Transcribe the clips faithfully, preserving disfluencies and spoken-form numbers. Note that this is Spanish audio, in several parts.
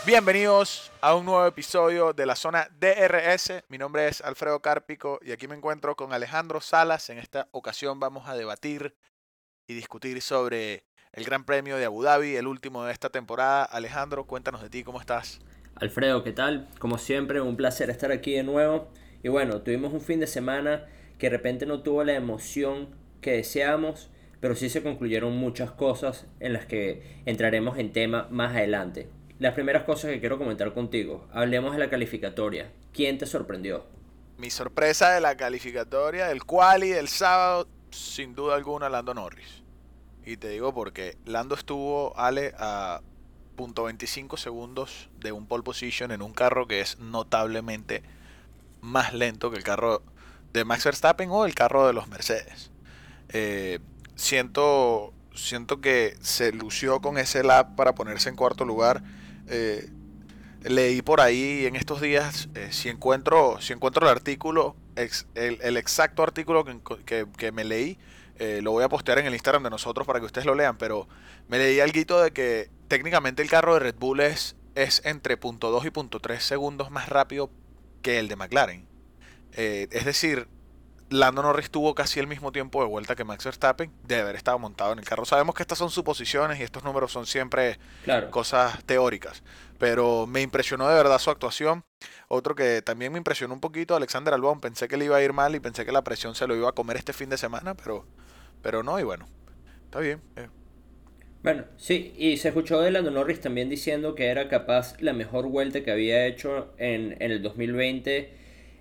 Bienvenidos a un nuevo episodio de la zona D R S. Mi nombre es Alfredo Cárpico y aquí me encuentro con Alejandro Salas. En esta ocasión vamos a debatir y discutir sobre el Gran Premio de Abu Dhabi, el último de esta temporada. Alejandro, cuéntanos de ti, ¿cómo estás? Alfredo, ¿qué tal? Como siempre, un placer estar aquí de nuevo. Y bueno, tuvimos un fin de semana que de repente no tuvo la emoción que deseamos, pero sí se concluyeron muchas cosas en las que entraremos en tema más adelante. Las primeras cosas que quiero comentar contigo, hablemos de la calificatoria. ¿Quién te sorprendió? Mi sorpresa de la calificatoria del quali del sábado, sin duda alguna, Lando Norris. Y te digo porque Lando estuvo, Ale, a punto veinticinco segundos de un pole position en un carro que es notablemente más lento que el carro de Max Verstappen o el carro de los Mercedes. Eh, siento, siento que se lució con ese lap para ponerse en cuarto lugar. Eh, Leí por ahí en estos días, eh, si encuentro si encuentro el artículo, ex- el, el exacto artículo que, que- que me leí, eh, lo voy a postear en el Instagram de nosotros para que ustedes lo lean, pero me leí algo de que técnicamente el carro de Red Bull es, es entre punto dos y punto tres segundos más rápido que el de McLaren. Eh, es decir, Lando Norris tuvo casi el mismo tiempo de vuelta que Max Verstappen de haber estado montado en el carro. Sabemos que estas son suposiciones y estos números son siempre Claro. cosas teóricas, pero me impresionó de verdad su actuación. Otro que también me impresionó un poquito, Alexander Albon. Pensé que le iba a ir mal y pensé que la presión se lo iba a comer este fin de semana, pero, pero no, y bueno, está bien. eh. Bueno, sí, y se escuchó de Lando Norris también diciendo que era capaz la mejor vuelta que había hecho en, en el dos mil veinte.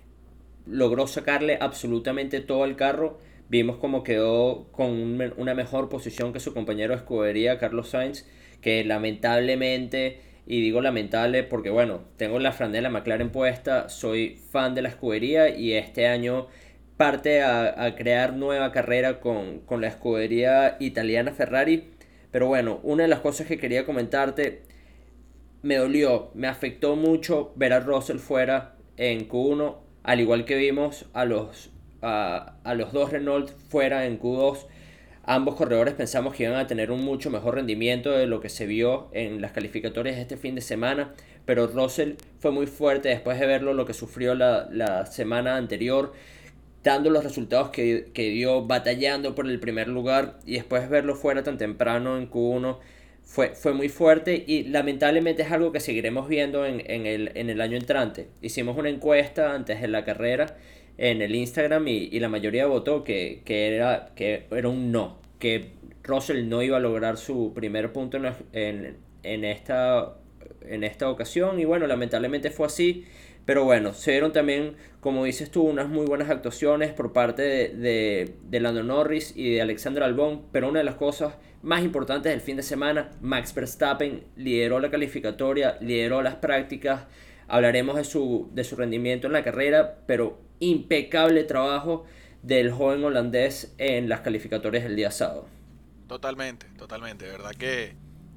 Logró sacarle absolutamente todo al carro. Vimos cómo quedó con un- una mejor posición que su compañero de escudería, Carlos Sainz, que lamentablemente, y digo lamentable porque bueno, tengo la franela McLaren puesta, soy fan de la escudería y este año parte a, a crear nueva carrera con, con la escudería italiana Ferrari. Pero bueno, una de las cosas que quería comentarte, me dolió, me afectó mucho ver a Russell fuera en Q uno, al igual que vimos a los, a, a los dos Renault fuera en Q dos. Ambos corredores pensamos que iban a tener un mucho mejor rendimiento de lo que se vio en las calificatorias de este fin de semana, pero Russell fue muy fuerte después de verlo lo que sufrió la, la semana anterior, dando los resultados que, que dio, batallando por el primer lugar y después verlo fuera tan temprano en Q uno fue, fue muy fuerte y lamentablemente es algo que seguiremos viendo en, en, el, en el año entrante. Hicimos una encuesta antes de la carrera en el Instagram y, y la mayoría votó que, que, era, que era un no, que Russell no iba a lograr su primer punto en, en, en esta, en esta ocasión y bueno, lamentablemente fue así. Pero bueno, se dieron también, como dices tú, unas muy buenas actuaciones por parte de, de, de Lando Norris y de Alexander Albon. Pero una de las cosas más importantes del fin de semana, Max Verstappen lideró la calificatoria, lideró las prácticas. Hablaremos de su, de su rendimiento en la carrera, pero impecable trabajo del joven holandés en las calificatorias del día sábado. Totalmente, totalmente. De verdad que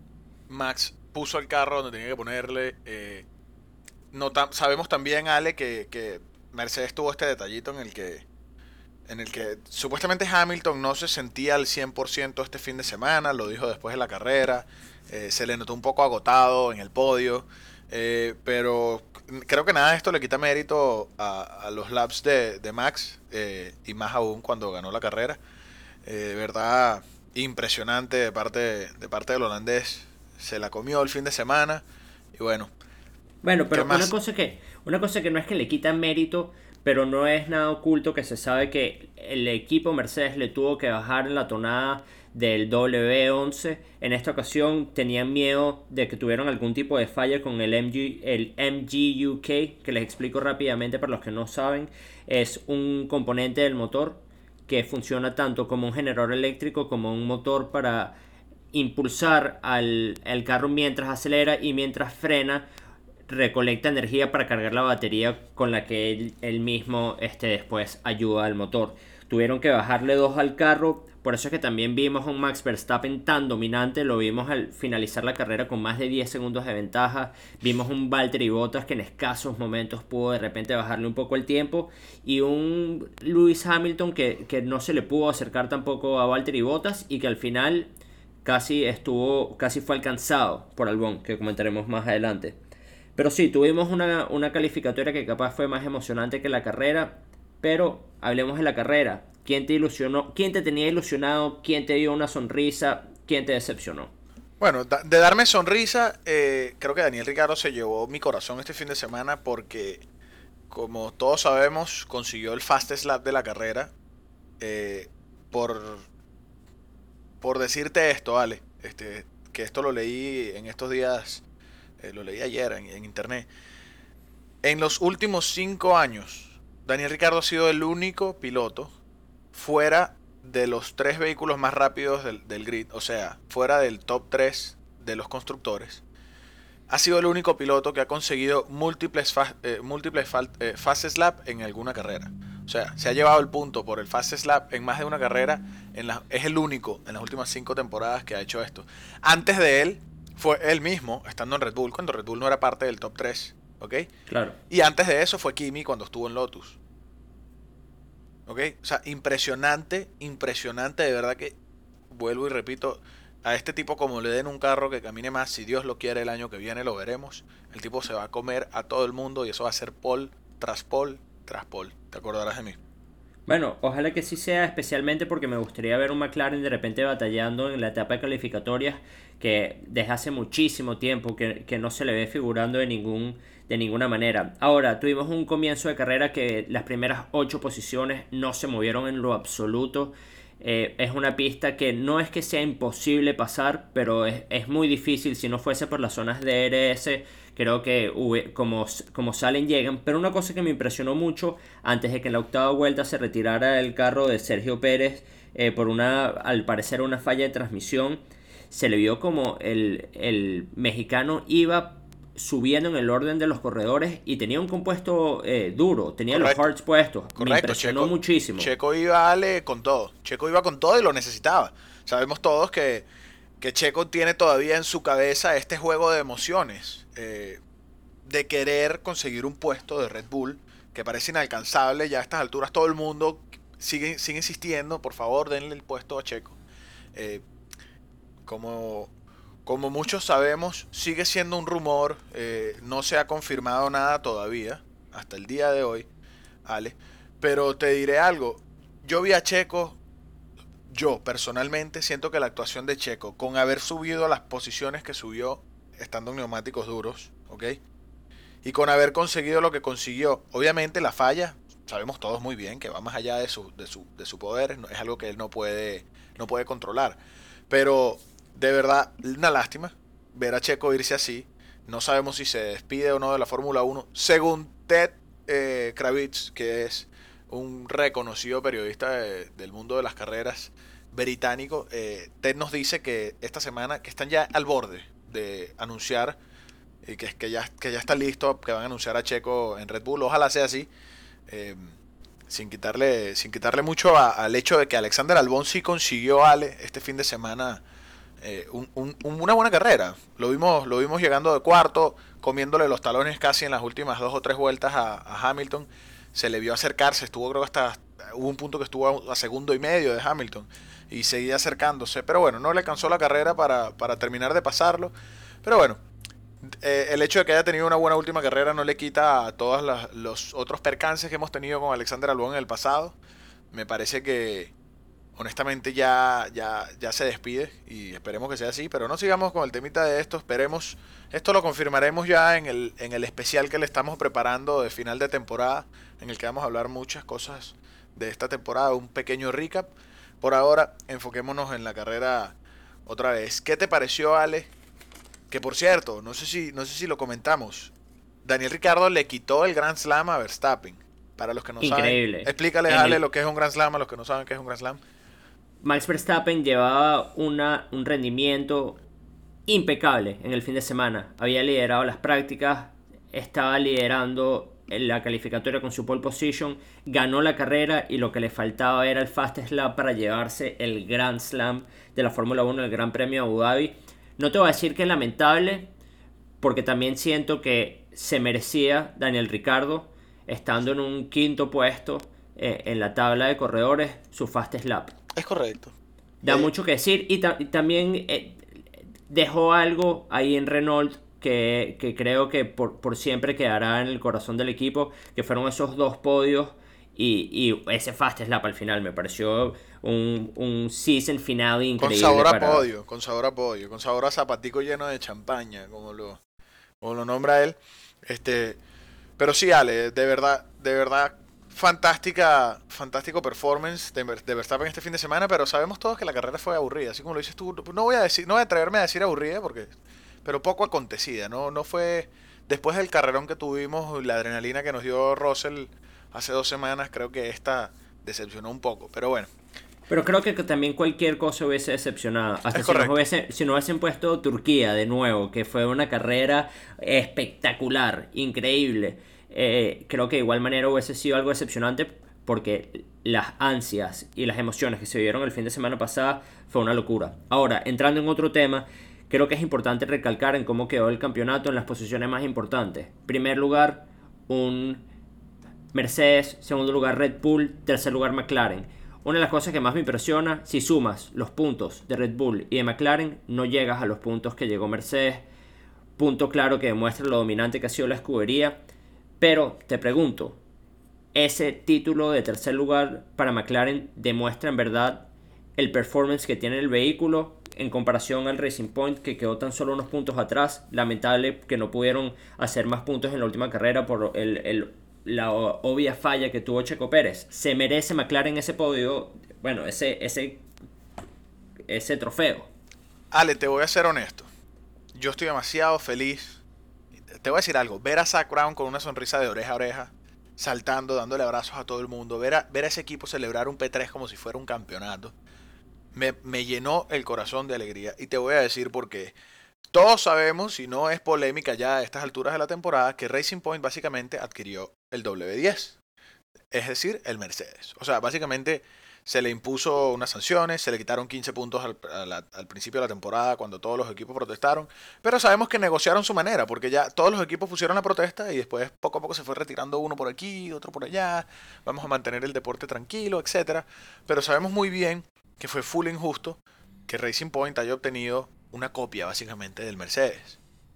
Max puso el carro donde tenía que ponerle. eh, no tam- sabemos también, Ale, que, que Mercedes tuvo este detallito en el que en el que supuestamente Hamilton no se sentía al cien por ciento este fin de semana, lo dijo después de la carrera, eh, se le notó un poco agotado en el podio, eh, pero creo que nada de esto le quita mérito a, a los laps de, de Max, eh, y más aún cuando ganó la carrera. Eh, de verdad, impresionante de parte, de parte del holandés, se la comió el fin de semana y bueno, Bueno, ¿qué pero una más? cosa que, una cosa que no es que le quitan mérito, pero no es nada oculto que se sabe que el equipo Mercedes le tuvo que bajar en la tonada del W once. En esta ocasión tenían miedo de que tuvieran algún tipo de falla con el M G, el M G U K, que les explico rápidamente para los que no saben. Es un componente del motor que funciona tanto como un generador eléctrico como un motor para impulsar al, al carro mientras acelera y mientras frena recolecta energía para cargar la batería con la que él, él mismo este, después ayuda al motor. Tuvieron que bajarle dos al carro, por eso es que también vimos a un Max Verstappen tan dominante, lo vimos al finalizar la carrera con más de diez segundos de ventaja, vimos un Valtteri Bottas que en escasos momentos pudo de repente bajarle un poco el tiempo y un Lewis Hamilton que, que no se le pudo acercar tampoco a Valtteri Bottas y que al final casi estuvo, casi fue alcanzado por Albon, que comentaremos más adelante. Pero sí, tuvimos una, una calificatoria que capaz fue más emocionante que la carrera, pero hablemos de la carrera. ¿Quién te ilusionó? ¿Quién te tenía ilusionado? ¿Quién te dio una sonrisa? ¿Quién te decepcionó? Bueno, da- de darme sonrisa, eh, creo que Daniel Ricciardo se llevó mi corazón este fin de semana porque, como todos sabemos, consiguió el fastest lap de la carrera. eh, por, por decirte esto, Ale, este, que esto lo leí en estos días, eh, lo leí ayer en, en internet. En los últimos cinco años, Daniel Ricciardo ha sido el único piloto fuera de los tres vehículos más rápidos del, del grid, o sea, fuera del top tres de los constructores. Ha sido el único piloto que ha conseguido múltiples, fa- eh, múltiples fal- eh, fastest lap en alguna carrera. O sea, se ha llevado el punto por el fastest lap en más de una carrera. En la- es el único en las últimas cinco temporadas que ha hecho esto. Antes de él, fue él mismo, estando en Red Bull, cuando Red Bull no era parte del top tres. ¿Ok? Claro. Y antes de eso fue Kimi cuando estuvo en Lotus. ¿Ok? O sea, impresionante, impresionante, de verdad que, vuelvo y repito, a este tipo como le den un carro que camine más, si Dios lo quiere el año que viene lo veremos, el tipo se va a comer a todo el mundo y eso va a ser pole tras pole tras pole. Te acordarás de mí. Bueno, ojalá que sí sea, especialmente porque me gustaría ver un McLaren de repente batallando en la etapa de calificatorias que desde hace muchísimo tiempo que, que no se le ve figurando de ningún, de ninguna manera. Ahora, tuvimos un comienzo de carrera que las primeras ocho posiciones no se movieron en lo absoluto. Eh, es una pista que no es que sea imposible pasar, pero es, es muy difícil si no fuese por las zonas de D R S. Creo que hube- como, como salen llegan. Pero una cosa que me impresionó mucho antes de que en la octava vuelta se retirara el carro de Sergio Pérez eh, por una, al parecer, una falla de transmisión, se le vio como el, el mexicano iba subiendo en el orden de los corredores y tenía un compuesto eh, duro, tenía los Correcto, hards puestos. Me correcto. impresionó Checo, muchísimo. Checo iba Ale con todo. Checo iba con todo y lo necesitaba. Sabemos todos que, que Checo tiene todavía en su cabeza este juego de emociones. eh, de querer conseguir un puesto de Red Bull que parece inalcanzable ya a estas alturas. Todo el mundo sigue, sigue insistiendo, por favor denle el puesto a Checo. Eh, como, como muchos sabemos, sigue siendo un rumor, eh, no se ha confirmado nada todavía, hasta el día de hoy, Ale. Pero te diré algo, yo vi a Checo, yo personalmente siento que la actuación de Checo, con haber subido a las posiciones que subió estando en neumáticos duros, ¿ok? Y con haber conseguido lo que consiguió, obviamente la falla, sabemos todos muy bien que va más allá de su, de su, de su poder, es algo que él no puede, no puede controlar. Pero de verdad, una lástima ver a Checo irse así. No sabemos si se despide o no de la Fórmula uno. Según Ted eh, Kravitz, que es un reconocido periodista de- del mundo de las carreras británico, eh, Ted nos dice que esta semana, que están ya al borde de anunciar y que, que, ya, que ya está listo, que van a anunciar a Checo en Red Bull. Ojalá sea así. Eh, sin quitarle, sin quitarle mucho a- al hecho de que Alexander Albon sí consiguió, Ale, este fin de semana eh, un- un- una buena carrera. Lo vimos, lo vimos llegando de cuarto, comiéndole los talones casi en las últimas dos o tres vueltas a, a Hamilton. Se le vio acercarse, estuvo creo que hasta, hubo un punto que estuvo a, a segundo y medio de Hamilton y seguía acercándose. Pero bueno, no le alcanzó la carrera para, para terminar de pasarlo. Pero bueno, eh, el hecho de que haya tenido una buena última carrera no le quita a todos las- los otros percances que hemos tenido con Alexander Albon en el pasado. Me parece que honestamente ya, ya, ya se despide y esperemos que sea así, pero no sigamos con el temita de esto, esperemos, esto lo confirmaremos ya en el, en el especial que le estamos preparando de final de temporada, en el que vamos a hablar muchas cosas de esta temporada, un pequeño recap. Por ahora, enfoquémonos en la carrera otra vez. ¿Qué te pareció, Ale? Que por cierto, no sé si, no sé si lo comentamos. Daniel Ricciardo le quitó el Grand Slam a Verstappen. Para los que no saben, Increíble. explícale, En Ale, el lo que es un Grand Slam a los que no saben qué es un Grand Slam. Max Verstappen llevaba una, un rendimiento impecable en el fin de semana. Había liderado las prácticas, estaba liderando en la calificatoria con su pole position, ganó la carrera y lo que le faltaba era el fastest lap para llevarse el Grand Slam de la Fórmula uno, el Gran Premio de Abu Dhabi. No te voy a decir que es lamentable, porque también siento que se merecía Daniel Ricciardo, estando en un quinto puesto eh, en la tabla de corredores, su fastest lap. Es correcto. Da Eh, mucho que decir y, ta- y también eh, dejó algo ahí en Renault que, que creo que por, por siempre quedará en el corazón del equipo, que fueron esos dos podios y, y ese fast slap al final. Me pareció un, un season finale Con increíble sabor a para... podio, con sabor a podio, con sabor a zapatico lleno de champaña, como lo, como lo nombra él. Este, pero sí, Ale, de verdad, de verdad, fantástica, fantástico performance de, de Verstappen este fin de semana, pero sabemos todos que la carrera fue aburrida, así como lo dices tú. No voy a decir, no voy a atreverme a decir aburrida porque, pero poco acontecida, no, no fue después del carrerón que tuvimos, la adrenalina que nos dio Russell hace dos semanas, creo que esta decepcionó un poco, pero bueno, Pero creo que también cualquier cosa hubiese decepcionado. es Hasta si nos correcto. hubiese, si nos hubiesen puesto Turquía de nuevo, que fue una carrera espectacular, increíble. Eh, creo que de igual manera hubiese sido algo decepcionante porque las ansias y las emociones que se vivieron el fin de semana pasada fue una locura. Ahora, entrando en otro tema, creo que es importante recalcar en cómo quedó el campeonato en las posiciones más importantes. Primer lugar, un Mercedes, segundo lugar Red Bull, tercer lugar McLaren. Una de las cosas que más me impresiona, si sumas los puntos de Red Bull y de McLaren, no llegas a los puntos que llegó Mercedes. Punto claro que demuestra lo dominante que ha sido la escudería. Pero te pregunto, ¿ese título de tercer lugar para McLaren demuestra en verdad el performance que tiene el vehículo en comparación al Racing Point, que quedó tan solo unos puntos atrás? Lamentable que no pudieron hacer más puntos en la última carrera por el, el la obvia falla que tuvo Checo Pérez. ¿Se merece McLaren ese podio? Bueno, ese, ese, ese trofeo. Ale, te voy a ser honesto. Yo estoy demasiado feliz. Te voy a decir algo. Ver a Zach Brown con una sonrisa de oreja a oreja, saltando, dándole abrazos a todo el mundo, ver a, ver a ese equipo celebrar un P tres como si fuera un campeonato, me, me llenó el corazón de alegría. Y te voy a decir por qué. Todos sabemos, y no es polémica ya a estas alturas de la temporada, que Racing Point básicamente adquirió el W diez, es decir, el Mercedes. O sea, básicamente se le impuso unas sanciones, se le quitaron quince puntos al, a la- al principio de la temporada cuando todos los equipos protestaron, pero sabemos que negociaron su manera, porque ya todos los equipos pusieron la protesta y después poco a poco se fue retirando uno por aquí, otro por allá, vamos a mantener el deporte tranquilo, etcétera. Pero sabemos muy bien que fue full injusto que Racing Point haya obtenido una copia básicamente del Mercedes.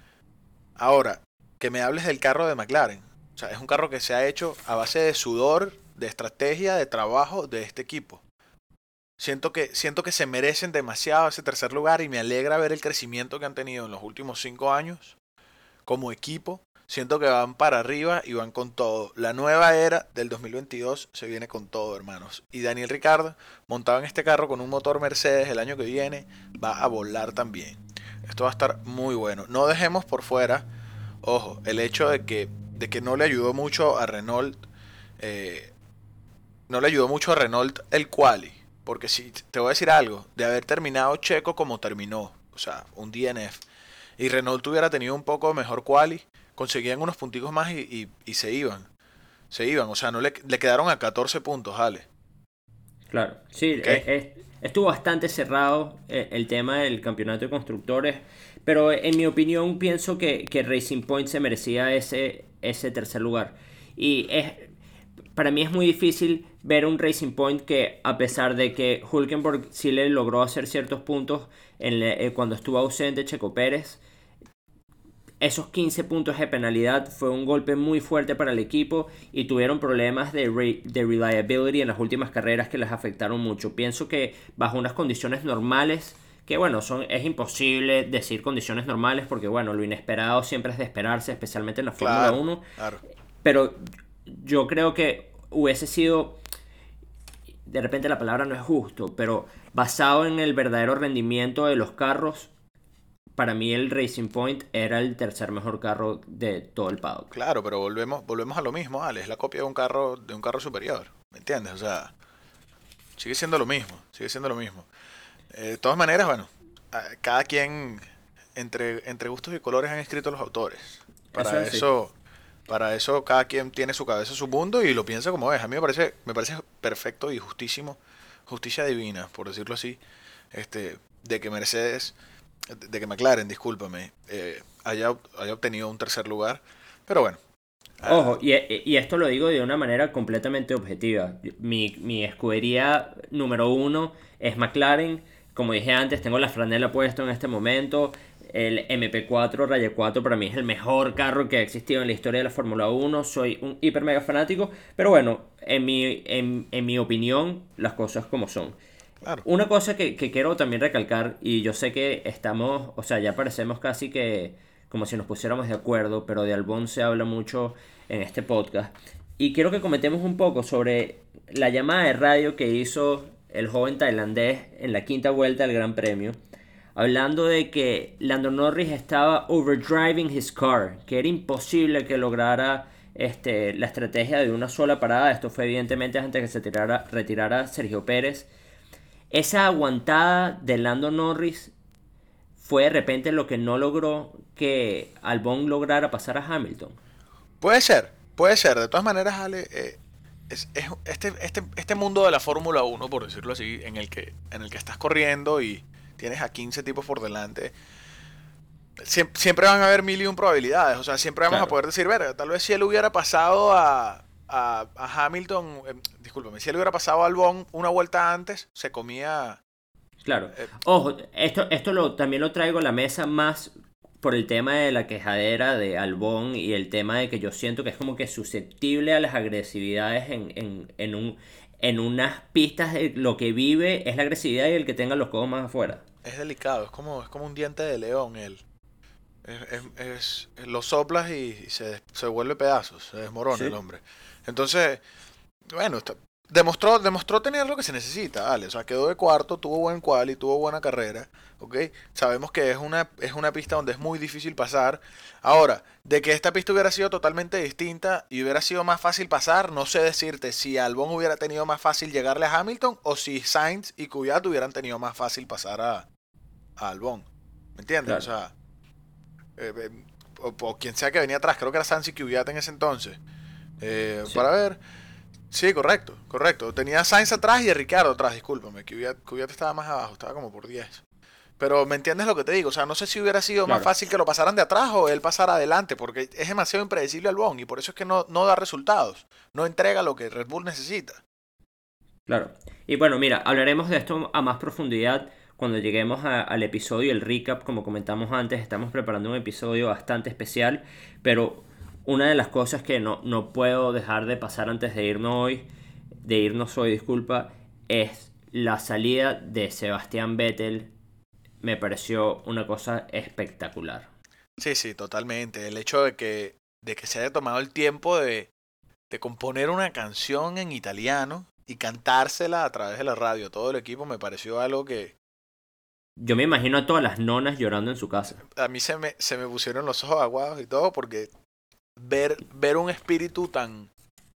Ahora, que me hables del carro de McLaren. O sea, es un carro que se ha hecho a base de sudor, de estrategia, de trabajo de este equipo. Siento que, siento que se merecen demasiado ese tercer lugar y me alegra ver el crecimiento que han tenido en los últimos cinco años como equipo. Siento que van para arriba y van con todo. La nueva era del dos mil veintidós se viene con todo, hermanos. Y Daniel Ricciardo, montado en este carro con un motor Mercedes el año que viene, va a volar también. Esto va a estar muy bueno. No dejemos por fuera, ojo, el hecho de que, de que no le ayudó mucho a Renault, eh, no le ayudó mucho a Renault el quali. Porque si te voy a decir algo, de haber terminado Checo como terminó, o sea, un D N F, y Renault hubiera tenido un poco mejor quali, conseguían unos punticos más y, y, y se iban. Se iban, o sea, no le, le quedaron a catorce puntos, Ale. Claro, sí, ¿Ok? es- es- estuvo bastante cerrado eh, el tema del campeonato de constructores, pero en mi opinión pienso que, que Racing Point se merecía ese, ese tercer lugar. Y es, para mí es muy difícil ver un Racing Point que, a pesar de que Hulkenberg sí le logró hacer ciertos puntos en le- eh, cuando estuvo ausente Checo Pérez, esos quince puntos de penalidad fue un golpe muy fuerte para el equipo y tuvieron problemas de, re- de reliability en las últimas carreras que les afectaron mucho. Pienso que bajo unas condiciones normales, que bueno, son, es imposible decir condiciones normales porque bueno, lo inesperado siempre es de esperarse, especialmente en la Fórmula Claro, uno, claro. pero yo creo que hubiese sido, de repente la palabra no es justo, pero basado en el verdadero rendimiento de los carros, para mí el Racing Point era el tercer mejor carro de todo el paddock. Claro, pero volvemos, volvemos a lo mismo, Ale. Es la copia de un carro, de un carro superior. ¿Me entiendes? O sea, sigue siendo lo mismo. Sigue siendo lo mismo. Eh, de todas maneras, bueno, a- cada quien entre, entre gustos y colores han escrito los autores. Eso Para es así. eso, para eso cada quien tiene su cabeza, su mundo y lo piensa como es. A mí me parece, me parece perfecto y justísimo, justicia divina, por decirlo así, este, de que Mercedes, de que McLaren, discúlpame, eh, haya, ob- haya obtenido un tercer lugar. Pero bueno, ah, Ojo, y, y esto lo digo de una manera completamente objetiva. Mi, mi escudería número uno es McLaren. Como dije antes, tengo la franela puesta en este momento. el M P cuatro Raya cuatro para mí es el mejor carro que ha existido en la historia de la Fórmula uno. Soy un hiper mega fanático, pero bueno, en mi, en, en mi opinión, las cosas como son. Claro. Una cosa que, que quiero también recalcar, y yo sé que estamos, o sea, ya parecemos casi que como si nos pusiéramos de acuerdo, pero de Albon se habla mucho en este podcast. Y quiero que comentemos un poco sobre la llamada de radio que hizo el joven tailandés en la quinta vuelta del Gran Premio, hablando de que Lando Norris estaba overdriving his car, que era imposible que lograra este, la estrategia de una sola parada. Esto fue evidentemente antes de que se tirara, retirara Sergio Pérez. Esa aguantada de Lando Norris fue de repente lo que no logró que Albon lograra pasar a Hamilton. Puede ser, puede ser. De todas maneras, Ale, eh, es, es este, este, este mundo de la Fórmula uno, por decirlo así, en el que, en el que estás corriendo y tienes a quince tipos por delante, siem- siempre van a haber mil y un probabilidades. O sea, siempre vamos a Claro, poder decir, verga, tal vez si él hubiera pasado a, a, a Hamilton, eh, discúlpame, si él hubiera pasado a Albon una vuelta antes, se comía... claro. eh, Ojo, esto, esto lo, también lo traigo a la mesa más por el tema de la quejadera de Albon y el tema de que yo siento que es como que susceptible a las agresividades en, en, en, un, en unas pistas. De lo que vive es la agresividad y el que tenga los codos más afuera. es delicado, es como, es como un diente de león él. Es, es- es- lo soplas y, y se, se vuelve pedazos, se desmorona el Sí, hombre. Entonces, bueno, está- demostró, demostró tener lo que se necesita, ¿vale? O sea, quedó de cuarto, tuvo buen quali, tuvo buena carrera, ¿ok? Sabemos que es una, es una pista donde es muy difícil pasar. Ahora, de que esta pista hubiera sido totalmente distinta y hubiera sido más fácil pasar, no sé decirte si Albon hubiera tenido más fácil llegarle a Hamilton o si Sainz y Kvyat hubieran tenido más fácil pasar a, a Albon. ¿Me entiendes? O claro. sea, eh, eh, o, o quien sea que venía atrás, creo que era Sainz y Kvyat en ese entonces. Eh, Sí. para ver. Sí, correcto, correcto. Tenía Sainz atrás y a Ricardo atrás, discúlpame. Kvyat, Kvyat estaba más abajo, estaba como por diez. Pero me entiendes lo que te digo, o sea, no sé si hubiera sido más Claro, fácil que lo pasaran de atrás o él pasara adelante, porque es demasiado impredecible Albon y por eso es que no, no da resultados, no entrega lo que Red Bull necesita. claro. Y bueno, mira, hablaremos de esto a más profundidad cuando lleguemos a- al episodio, el recap, como comentamos antes, estamos preparando un episodio bastante especial, pero una de las cosas que no, no puedo dejar de pasar antes de irnos hoy, de irnos hoy, disculpa, es la salida de Sebastián Vettel. Me pareció una cosa espectacular. Sí, sí, totalmente. El hecho de que, de que se haya tomado el tiempo de, de componer una canción en italiano y cantársela a través de la radio a todo el equipo me pareció algo que Yo me imagino a todas las nonas llorando en su casa. a mí se me, se me pusieron los ojos aguados y todo porque ver, ver un espíritu tan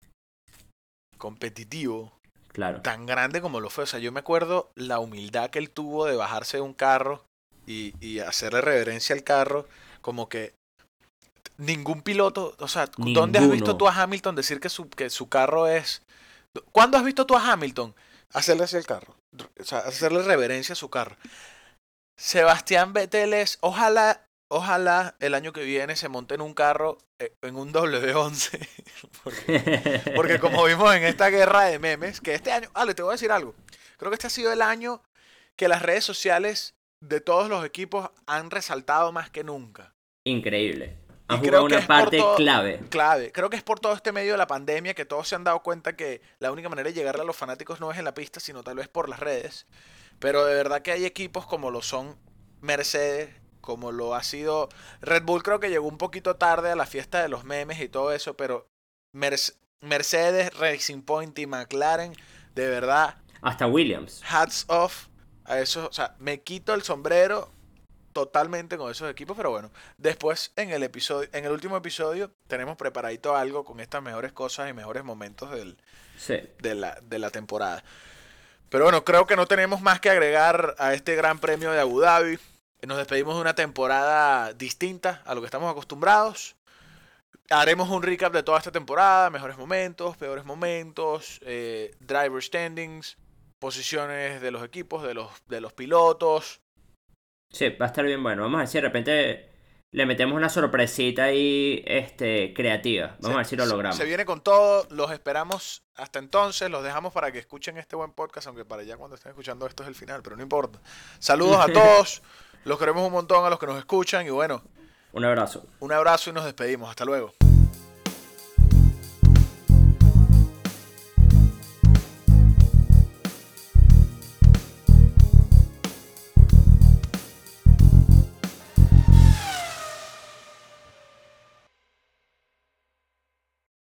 competitivo, Claro. tan grande como lo fue. O sea, yo me acuerdo la humildad que él tuvo de bajarse de un carro y, y hacerle reverencia al carro, como que ningún piloto, o sea, ¿dónde has visto Ninguno. tú a Hamilton decir que su, que su carro es... ¿Cuándo has visto tú a Hamilton hacerle así el carro? O sea, hacerle reverencia a su carro. Sebastián Vettel es, ojalá, ojalá el año que viene se monte en un carro, eh, en un W once, porque, porque como vimos en esta guerra de memes, que este año, Ale, te voy a decir algo, creo que este ha sido el año que las redes sociales de todos los equipos han resaltado más que nunca. Increíble. Y Han jugado creo que una es por parte todo, clave. clave, creo que es por todo este medio de la pandemia que todos se han dado cuenta que la única manera de llegarle a los fanáticos no es en la pista, sino tal vez por las redes. Pero de verdad que hay equipos como lo son Mercedes, como lo ha sido Red Bull, creo que llegó un poquito tarde a la fiesta de los memes y todo eso, pero Merce- Mercedes, Racing Point y McLaren, de verdad, Hasta Williams. hats off a esos, o sea, me quito el sombrero totalmente con esos equipos, pero bueno, después en el episodio, en el último episodio tenemos preparadito algo con estas mejores cosas y mejores momentos del, Sí. de la, de la temporada. Pero bueno, creo que no tenemos más que agregar a este Gran Premio de Abu Dhabi. Nos despedimos de una temporada distinta a lo que estamos acostumbrados. Haremos un recap de toda esta temporada, mejores momentos, peores momentos, eh, driver standings, posiciones de los equipos, de los, de los pilotos. Sí, va a estar bien bueno. Vamos a ver si de repente le metemos una sorpresita ahí, este, creativa. Vamos a Se, ver si lo se, se logramos. viene con todo, los esperamos hasta entonces, los dejamos para que escuchen este buen podcast, aunque para ya cuando estén escuchando esto es el final, pero no importa. Saludos a todos. Los queremos un montón a los que nos escuchan y bueno, Un abrazo. un abrazo y nos despedimos. Hasta luego.